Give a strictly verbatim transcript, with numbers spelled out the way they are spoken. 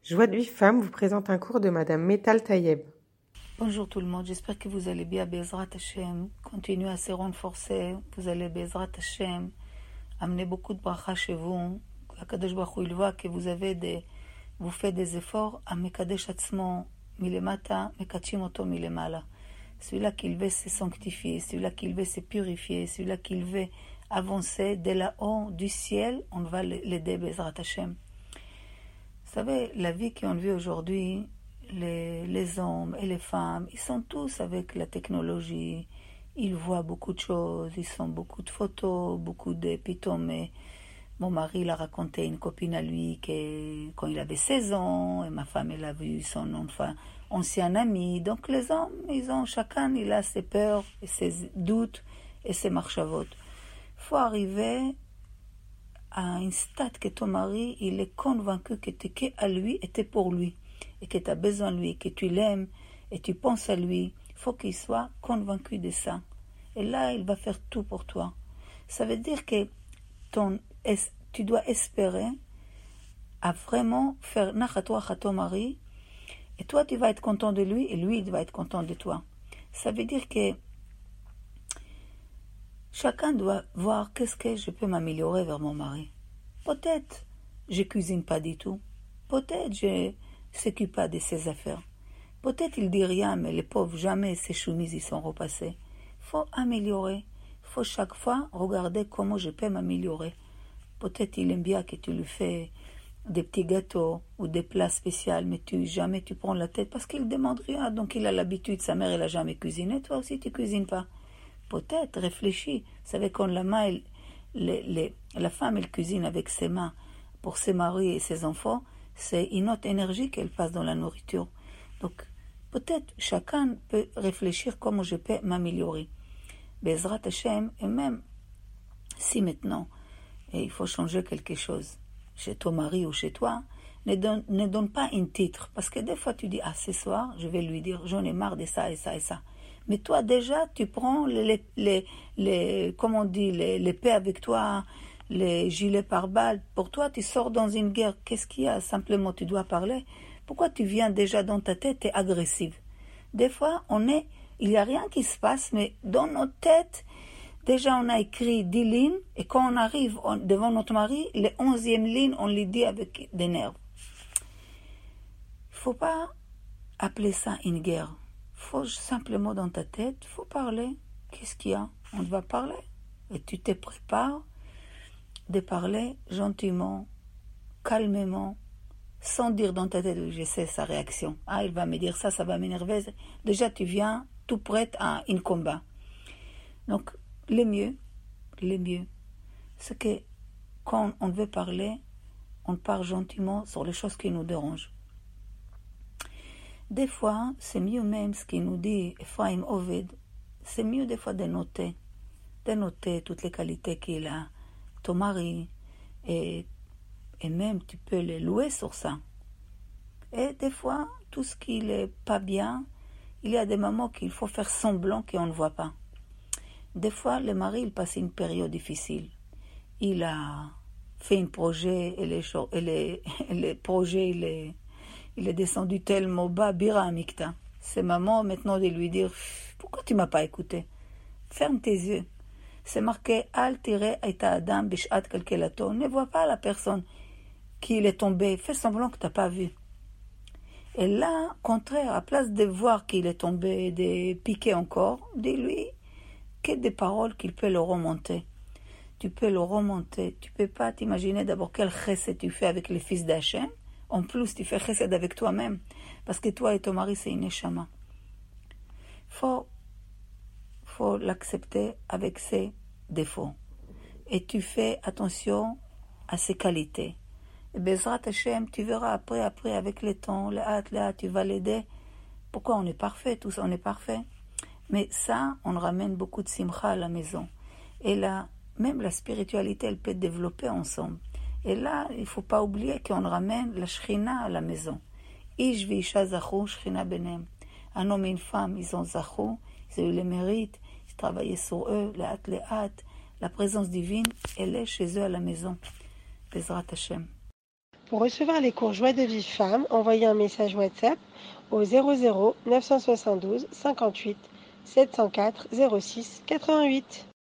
Joie de vie femme vous présente un cours de Madame Metal Tayeb. Bonjour tout le monde, j'espère que vous allez bien, Bezrat Hashem. Continuez à se renforcer, vous allez, Bezrat Hashem, amener beaucoup de bracha chez vous. Akadosh Baruch Hu, il voit que vous avez des, vous faites des efforts à Mekadesh Atzmo milemata, Mekachim oto milemala. Celui-là qu'il veut se sanctifier, celui-là qu'il veut se purifier, celui-là qu'il veut avancer de là-haut du ciel, on va l'aider, Bezrat Hashem. Vous savez, la vie qu'on vit aujourd'hui, les, les hommes et les femmes, ils sont tous avec la technologie, ils voient beaucoup de choses, ils font beaucoup de photos, beaucoup de pitons. Mais mon mari l'a raconté, une copine à lui, que quand il avait seize ans, et ma femme, elle a vu son enfin, ancien ami. Donc les hommes, ils ont, chacun, il a ses peurs, et ses doutes, et ses marchavotes. Il faut arriver à un stade que ton mari, il est convaincu que tu es à lui et tu es pour lui, et que tu as besoin de lui, que tu l'aimes et tu penses à lui. Il faut qu'il soit convaincu de ça. Et là, il va faire tout pour toi. Ça veut dire que ton, tu dois espérer à vraiment faire nachatoach à ton mari, et toi, tu vas être content de lui, et lui, il va être content de toi. Ça veut dire que chacun doit voir qu'est-ce que je peux m'améliorer vers mon mari. Peut-être je cuisine pas du tout. Peut-être je s'occupe pas de ses affaires. Peut-être il dit rien, mais les pauvres, jamais ses chemises ils sont repassées. Faut améliorer. Faut chaque fois regarder comment je peux m'améliorer. Peut-être il aime bien que tu lui fais des petits gâteaux ou des plats spéciaux, mais tu jamais tu prends la tête parce qu'il demande rien. Donc il a l'habitude, sa mère elle a jamais cuisiné, toi aussi tu cuisines pas. Peut-être, réfléchis. Vous savez, quand la, main, elle, les, les, la femme, elle cuisine avec ses mains pour ses maris et ses enfants, c'est une autre énergie qu'elle passe dans la nourriture. Donc, peut-être, chacun peut réfléchir comment je peux m'améliorer. Bezrat Hashem, et même si maintenant, et il faut changer quelque chose, chez ton mari ou chez toi, ne donne, ne donne pas un titre. Parce que des fois, tu dis, ah, ce soir, je vais lui dire, j'en ai marre de ça et ça et ça. Mais toi, déjà, tu prends les, les, les comment on dit, les, les paix avec toi, les gilets pare-balles. Pour toi, tu sors dans une guerre. Qu'est-ce qu'il y a? Simplement, tu dois parler. Pourquoi tu viens déjà dans ta tête, tu es agressive? Des fois, on est, il n'y a rien qui se passe, mais dans notre tête, déjà, on a écrit dix lignes, et quand on arrive on, devant notre mari, les onzième ligne, on les dit avec des nerfs. Il ne faut pas appeler ça une guerre. Il faut simplement dans ta tête, il faut parler. Qu'est-ce qu'il y a? On va parler. Et tu te prépares de parler gentiment, calmement, sans dire dans ta tête, je sais sa réaction. Ah, il va me dire ça, ça va m'énerver. Déjà, tu viens tout prête à un combat. Donc, le mieux, le mieux, c'est que quand on veut parler, on parle gentiment sur les choses qui nous dérangent. Des fois, c'est mieux même ce qu'il nous dit Ephraim Oved, c'est mieux des fois de noter, de noter toutes les qualités qu'il a, ton mari, et, et même tu peux les louer sur ça. Et des fois, tout ce qui n'est pas bien, il y a des moments qu'il faut faire semblant qu'on ne voit pas. Des fois, le mari, il passe une période difficile. Il a fait un projet, et les, et les, et les projets, il est... Il est descendu tellement bas, Bira Amikta. C'est maman maintenant de lui dire, pourquoi tu m'as pas écouté? Ferme tes yeux. C'est marqué, Al tire et adam bishat kalkelato. Ne vois pas la personne qui est tombé. Fais semblant que tu n'as pas vu. Et là, contraire, à place de voir qu'il est tombé, de piquer encore, dis-lui que des paroles qu'il peut le remonter. Tu peux le remonter. Tu peux pas t'imaginer d'abord quel chesed tu fais avec les fils d'Hachem. En plus, tu fais chesed avec toi-même. Parce que toi et ton mari, c'est une neshama. Il faut, faut l'accepter avec ses défauts. Et tu fais attention à ses qualités. Et Bezrat Hashem, tu verras après, après, avec le temps, le hâte, le hâte, tu vas l'aider. Pourquoi on est parfait? Tous on est parfait. Mais ça, on ramène beaucoup de simcha à la maison. Et là, même la spiritualité, elle peut développer ensemble. Et là, il ne faut pas oublier qu'on ramène la Shrina à la maison. Ish v'isha zachou, Shrina benem. Un homme et une femme, ils ont zachou, ils ont eu le mérite, ils travaillaient sur eux, les hâtes, les hâtes. La présence divine, elle est chez eux à la maison. Bezrat Hashem. Pour recevoir les cours Joie de vivre femme, envoyez un message WhatsApp au zéro zéro neuf cent soixante-douze cinquante-huit sept cent quatre zéro six quatre-vingt-huit.